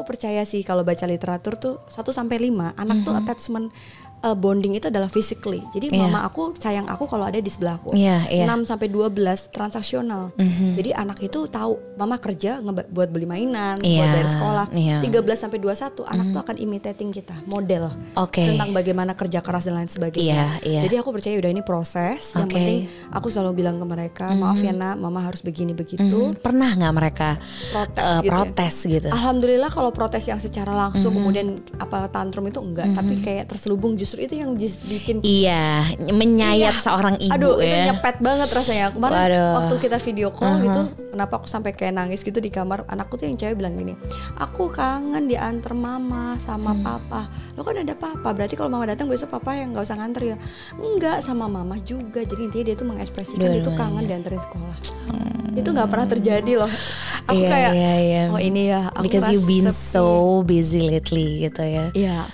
aku percaya sih kalau baca literatur tuh 1-5 anak tuh attachment bonding itu adalah physically. Jadi mama aku sayang aku kalau ada di sebelah aku. 6-12 transaksional. Jadi anak itu tahu mama kerja buat beli mainan, buat bayar sekolah. 13-21 anak tuh akan imitating kita, model tentang bagaimana kerja keras dan lain sebagainya. Jadi aku percaya udah ini proses. Yang penting aku selalu bilang ke mereka, maaf ya nak, mama harus begini begitu. Pernah nggak mereka protes gitu? Alhamdulillah kalau protes yang secara langsung kemudian apa tantrum itu enggak, tapi kayak terselubung justru itu yang bikin menyayat seorang ibu. Aduh, itu nyepet banget rasanya. Kemarin waktu kita video call gitu, kenapa aku sampai kayak nangis gitu di kamar. Anakku tuh yang cewek bilang gini, aku kangen diantar mama sama papa. Lo kan ada papa, berarti kalau mama datang besok papa yang nggak usah nganter ya? Enggak, sama mama juga. Jadi intinya dia tuh mengekspresikan dia tuh kangen dianterin sekolah. Itu nggak pernah terjadi loh. Aku kayak oh ini ya aku because you've been so busy lately gitu ya.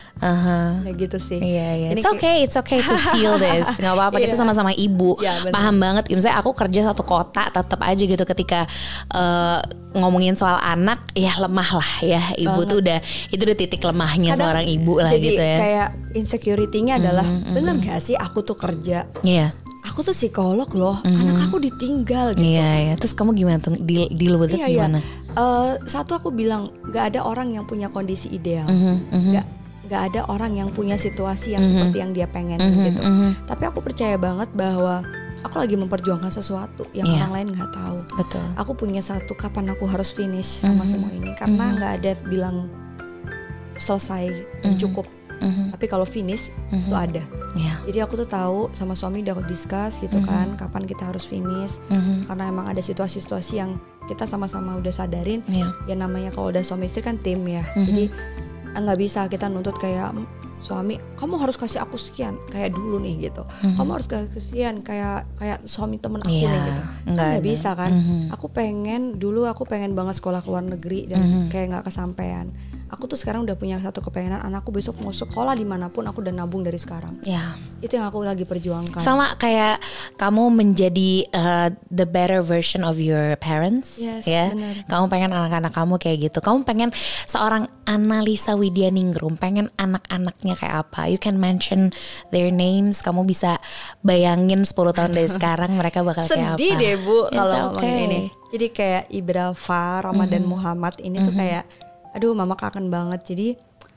Kayak gitu sih. It's okay to feel this. Gak apa-apa, kita sama-sama ibu. Paham banget. Misalnya aku kerja satu kota, tetap aja gitu ketika ngomongin soal anak, ya lemah lah ya. Ibu tuh itu udah titik lemahnya seorang ibu lah gitu ya. Jadi kayak insecurity-nya adalah bener gak sih aku tuh kerja. Aku tuh psikolog loh, anak aku ditinggal gitu. Terus kamu gimana tuh deal with it gimana? Satu aku bilang gak ada orang yang punya kondisi ideal. Gak ada orang yang punya situasi yang seperti yang dia pengen gitu. Tapi aku percaya banget bahwa aku lagi memperjuangkan sesuatu yang orang lain nggak tahu. Betul. Aku punya satu kapan aku harus finish sama semua ini karena nggak ada bilang selesai dan cukup. Tapi kalau finish itu ada. Jadi aku tuh tahu sama suami udah discuss gitu kan kapan kita harus finish karena emang ada situasi-situasi yang kita sama-sama udah sadarin. Ya namanya kalau udah suami istri kan tim ya. Jadi nggak bisa kita nuntut kayak suami kamu harus kasih aku sekian kayak dulu nih gitu. Kamu harus kasih sekian kayak suami temen aku nih gitu. Nggak bisa kan. Aku pengen banget sekolah ke luar negeri dan kayak nggak kesampaian. Aku tuh sekarang udah punya satu kepengenan anakku besok mau sekolah dimanapun aku udah nabung dari sekarang. Itu yang aku lagi perjuangkan. Sama kayak kamu menjadi the better version of your parents. Bener. Kamu pengen anak-anak kamu kayak gitu. Kamu pengen seorang Annalisa Widyaningrum pengen anak-anaknya kayak apa. You can mention their names. Kamu bisa bayangin 10 tahun dari sekarang mereka bakal kayak apa. Sedih deh Bu kalau ngomongin ini. Jadi kayak Ibrafa, Ramadan Muhammad ini tuh kayak aduh mama kangen banget. Jadi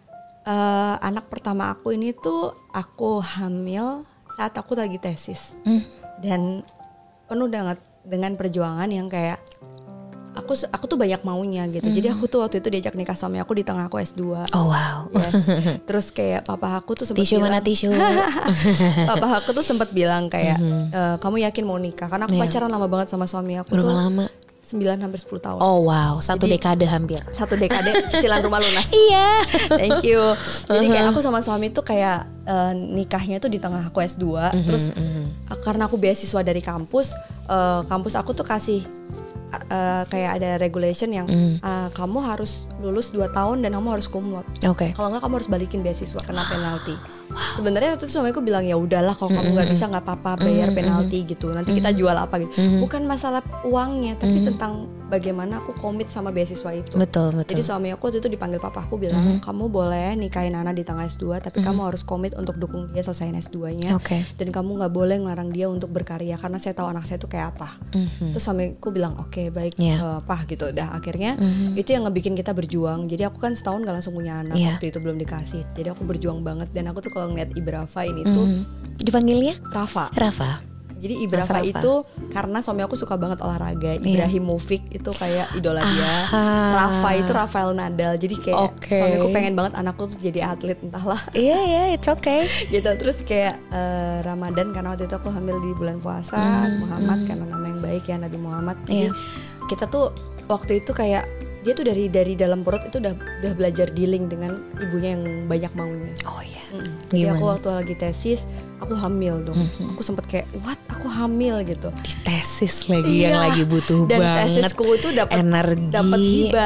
anak pertama aku ini tuh aku hamil saat aku lagi tesis. Dan penuh banget dengan perjuangan yang kayak aku tuh banyak maunya gitu. Jadi aku tuh waktu itu diajak nikah suami aku di tengah aku S2. Oh wow. Terus kayak papa aku tuh sempat tisu bilang, mana tisu. Papa aku tuh sempat bilang kayak kamu yakin mau nikah? Karena aku pacaran lama banget sama suami aku. Berapa lama? 9 hampir 10 tahun. Oh wow, satu dekade hampir. Satu dekade cicilan rumah lunas. Thank you. Jadi kayak aku sama suami tuh kayak nikahnya tuh di tengah aku S2. Terus karena aku beasiswa dari kampus aku tuh kasih kayak ada regulation yang kamu harus lulus 2 tahun dan kamu harus cum laude. Kalau enggak kamu harus balikin beasiswa, kena penalti. Sebenarnya waktu itu suamiku bilang ya udahlah kalau kamu nggak bisa nggak apa-apa bayar penalti gitu. Nanti kita jual apa gitu. Bukan masalah uangnya tapi tentang bagaimana aku komit sama beasiswa itu. Betul. Jadi suami aku waktu itu dipanggil papaku bilang kamu boleh nikahin Ana di tengah S2 tapi kamu harus komit untuk dukung dia selesaiin S2-nya. Dan kamu nggak boleh ngelarang dia untuk berkarya karena saya tahu anak saya itu kayak apa. Terus suamiku bilang oke, baik Pak gitu. Udah akhirnya itu yang ngebikin kita berjuang. Jadi aku kan setahun gak langsung punya anak waktu itu belum dikasih. Jadi aku berjuang banget dan aku tuh kalau ngeliat Ibrafa ini tuh dipanggilnya Rafa. Jadi Ibrafa itu karena suami aku suka banget olahraga. Ibrahimovic itu kayak idola dia. Rafa itu Rafael Nadal. Jadi kayak suami aku pengen banget anakku tuh jadi atlet entahlah. It's okay. Gitu. Terus kayak Ramadan karena waktu itu aku hamil di bulan puasa. Muhammad karena nama yang baik ya Nabi Muhammad. Jadi kita tuh waktu itu kayak dia tuh dari dalam perut itu udah belajar dealing dengan ibunya yang banyak maunya. Jadi aku waktu lagi tesis aku hamil dong. Aku sempet kayak what, aku hamil gitu. Di tesis lagi yang lagi butuh dan banget tesisku itu dapat energi, hibah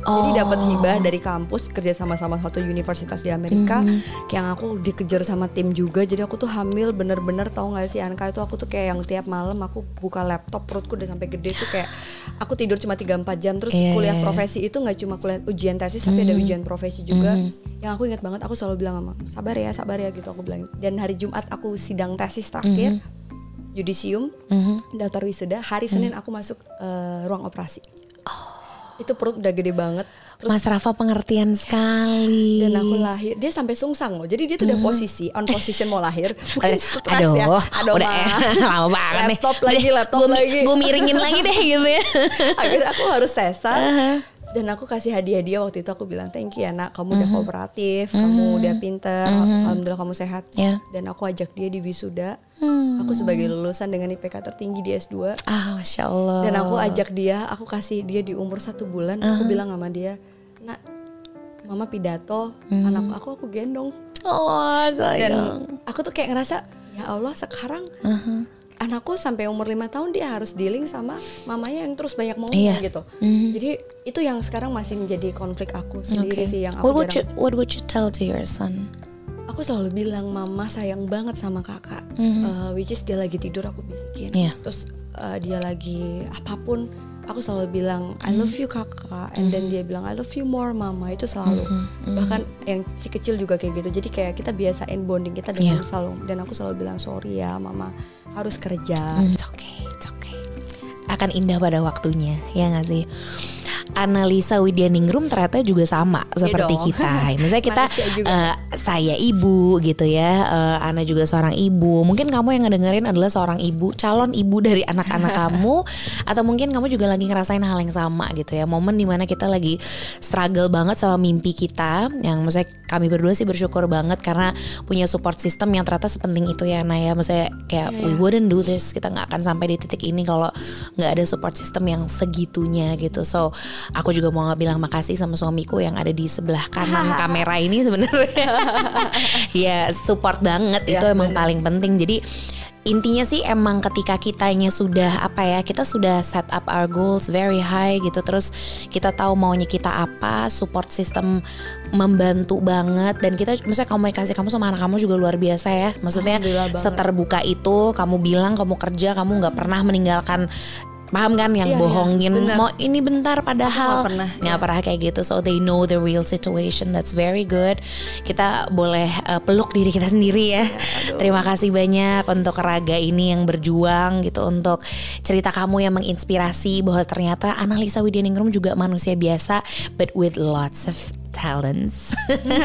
Jadi dapat hibah dari kampus, kerja sama satu universitas di Amerika. Yang aku dikejar sama tim juga. Jadi aku tuh hamil bener-bener, tahu nggak sih Anka, itu aku tuh kayak yang tiap malam aku buka laptop, perutku udah sampai gede tuh, kayak aku tidur cuma 3-4 jam. Terus kuliah profesi itu nggak cuma kuliah ujian tesis, tapi ada ujian profesi juga. Yang aku ingat banget, aku selalu bilang sama sabar ya gitu aku bilang. Dan hari Jumat aku sidang tesis terakhir, yudisium, daftar wisuda. Hari Senin aku masuk ruang operasi. Itu perut udah gede banget. Terus, Mas Rafa pengertian sekali. Dan aku lahir, dia sampai sungsang loh. Jadi dia tuh udah posisi, on position mau lahir. Bukan stres aduh, ya. Aduh, udah lama banget nih. Laptop lagi. Gue miringin lagi deh gitu ya. Akhirnya aku harus sesar. Dan aku kasih hadiah waktu itu, aku bilang thank you ya nak, kamu udah kooperatif, kamu udah pinter, alhamdulillah kamu sehat. Dan aku ajak dia di wisuda. Aku sebagai lulusan dengan IPK tertinggi di S2. Masya Allah. Dan aku ajak dia, aku kasih dia di umur 1 bulan. Aku bilang sama dia, nak, mama pidato, anak aku gendong. Oh sayang. Dan aku tuh kayak ngerasa, ya Allah sekarang anakku sampai umur 5 tahun dia harus dealing sama mamanya yang terus banyak ngomong gitu. Jadi itu yang sekarang masih menjadi konflik aku sendiri sih, yang aku What would you tell to your son? Aku selalu bilang mama sayang banget sama kakak. Which is dia lagi tidur aku bisikin. Terus dia lagi apapun, aku selalu bilang I love you kakak. And then dia bilang I love you more mama. Itu selalu. Bahkan yang si kecil juga kayak gitu. Jadi kayak kita biasain bonding kita dengan selalu. Dan aku selalu bilang sorry ya mama, harus kerja. It's okay. Akan indah pada waktunya, ya nggak sih? Analisa Widyaningrum ternyata juga sama seperti kita. Misalnya kita saya ibu gitu ya, Ana juga seorang ibu. Mungkin kamu yang ngedengerin adalah seorang ibu, calon ibu dari anak-anak kamu, atau mungkin kamu juga lagi ngerasain hal yang sama gitu ya. Momen dimana kita lagi struggle banget sama mimpi kita, yang misalnya kami berdua sih bersyukur banget karena punya support system yang ternyata sepenting itu ya Naya. Misalnya kayak we wouldn't do this, kita nggak akan sampai di titik ini kalau nggak ada support system yang segitunya gitu. So aku juga mau bilang makasih sama suamiku yang ada di sebelah kanan kamera ini sebenarnya. Ya support banget, itu emang paling penting. Jadi intinya sih emang ketika kitanya sudah kita sudah set up our goals very high gitu, terus kita tahu maunya kita apa, support system membantu banget. Dan kita misalnya komunikasi kamu sama anak kamu juga luar biasa ya, maksudnya seterbuka itu kamu bilang kamu kerja, kamu nggak pernah meninggalkan, paham kan, yang bohongin mau ini bentar padahal nggak pernah kayak gitu. So they know the real situation. That's very good. Kita boleh peluk diri kita sendiri ya. Terima kasih banyak untuk Raga ini yang berjuang gitu, untuk cerita kamu yang menginspirasi bahwa ternyata Analisa Widyaningrum juga manusia biasa, but with lots of talents,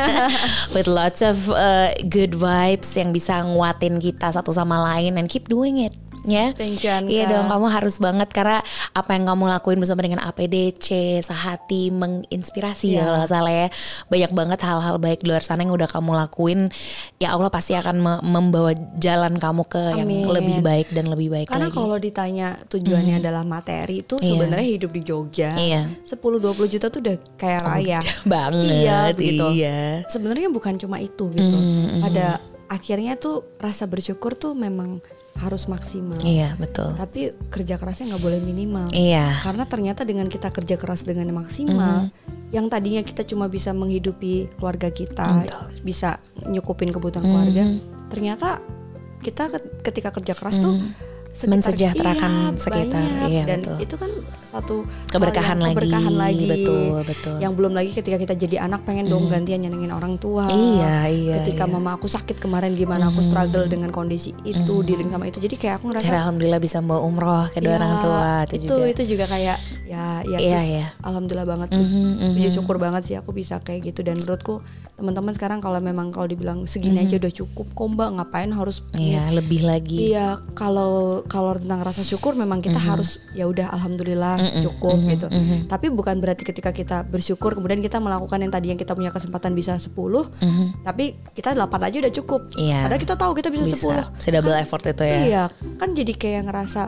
with lots of good vibes yang bisa nguatin kita satu sama lain, and keep doing it. Ya, thank you Anka. Iya dong, kamu harus banget karena apa yang kamu lakuin bersama dengan APDC, Sehati menginspirasi ya kalau nggak salah ya. Banyak banget hal-hal baik di luar sana yang udah kamu lakuin. Ya Allah pasti akan membawa jalan kamu ke yang lebih baik dan lebih baik karena lagi. Karena kalau ditanya tujuannya adalah materi itu sebenarnya hidup di Jogja 10-20 juta tuh udah kayak raya banget. Gitu. Sebenarnya bukan cuma itu gitu. Pada akhirnya tuh rasa bersyukur tuh memang harus maksimal. Iya betul. Tapi kerja kerasnya nggak boleh minimal. Iya. Karena ternyata dengan kita kerja keras dengan maksimal, yang tadinya kita cuma bisa menghidupi keluarga kita, bisa nyukupin kebutuhan keluarga, ternyata kita ketika kerja keras tuh mensejahterakan sekitar. Iya, dan betul. itu kan satu keberkahan lagi. Betul. Yang belum lagi ketika kita jadi anak pengen dong gantian nyenengin orang tua. Iya. Ketika mama aku sakit kemarin gimana aku struggle dengan kondisi itu, dealing sama itu. Jadi kayak aku ngerasa alhamdulillah bisa membawa umroh kedua orang tua itu juga kayak alhamdulillah banget. Puji syukur banget sih aku bisa kayak gitu. Dan menurutku teman-teman sekarang kalau dibilang segini aja udah cukup kok Mbak, ngapain harus lebih lagi. Iya, kalau tentang rasa syukur memang kita harus ya udah alhamdulillah cukup gitu. Tapi bukan berarti ketika kita bersyukur kemudian kita melakukan yang tadi yang kita punya kesempatan bisa 10, tapi kita 8 aja udah cukup. Padahal kita tahu kita bisa 10. Double effort itu ya. Iya, kan jadi kayak ngerasa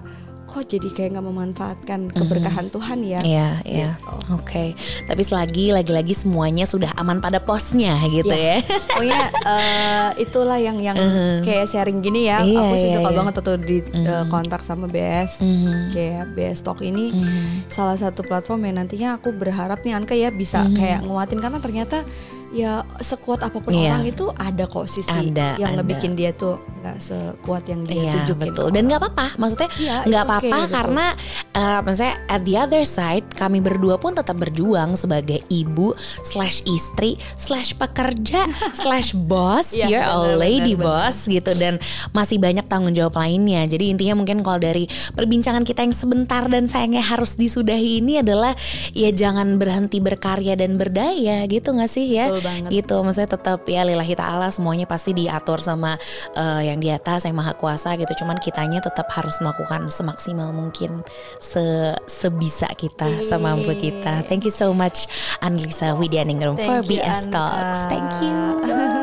kok jadi kayak nggak memanfaatkan keberkahan Tuhan ya. Iya, iya. Oke. Tapi lagi-lagi semuanya sudah aman pada posnya gitu ya. Pokoknya itulah yang kayak sharing gini ya. Aku sih suka banget tuh di kontak sama BS. Kayak BS Talk ini salah satu platform yang nantinya aku berharap nih Anka ya bisa kayak nguatin, karena ternyata ya sekuat apapun orang itu ada kok sisi yang ngebikin dia tuh nggak sekuat yang dia tunjukin. Betul. Dan nggak apa-apa, maksudnya nggak apa-apa karena maksudnya at the other side kami berdua pun tetap berjuang sebagai ibu / istri / pekerja / boss, you're a lady boss gitu, dan masih banyak tanggung jawab lainnya. Jadi intinya mungkin kalau dari perbincangan kita yang sebentar dan sayangnya harus disudahi ini adalah ya jangan berhenti berkarya dan berdaya gitu nggak sih ya? Gitu, maksudnya tetap ya lillahi ta'ala semuanya pasti diatur sama yang di atas, yang maha kuasa gitu. Cuman kitanya tetap harus melakukan semaksimal mungkin, sebisa kita, semampu kita. Thank you so much Annelisa Widyaningrum for BS Talks. Thank you.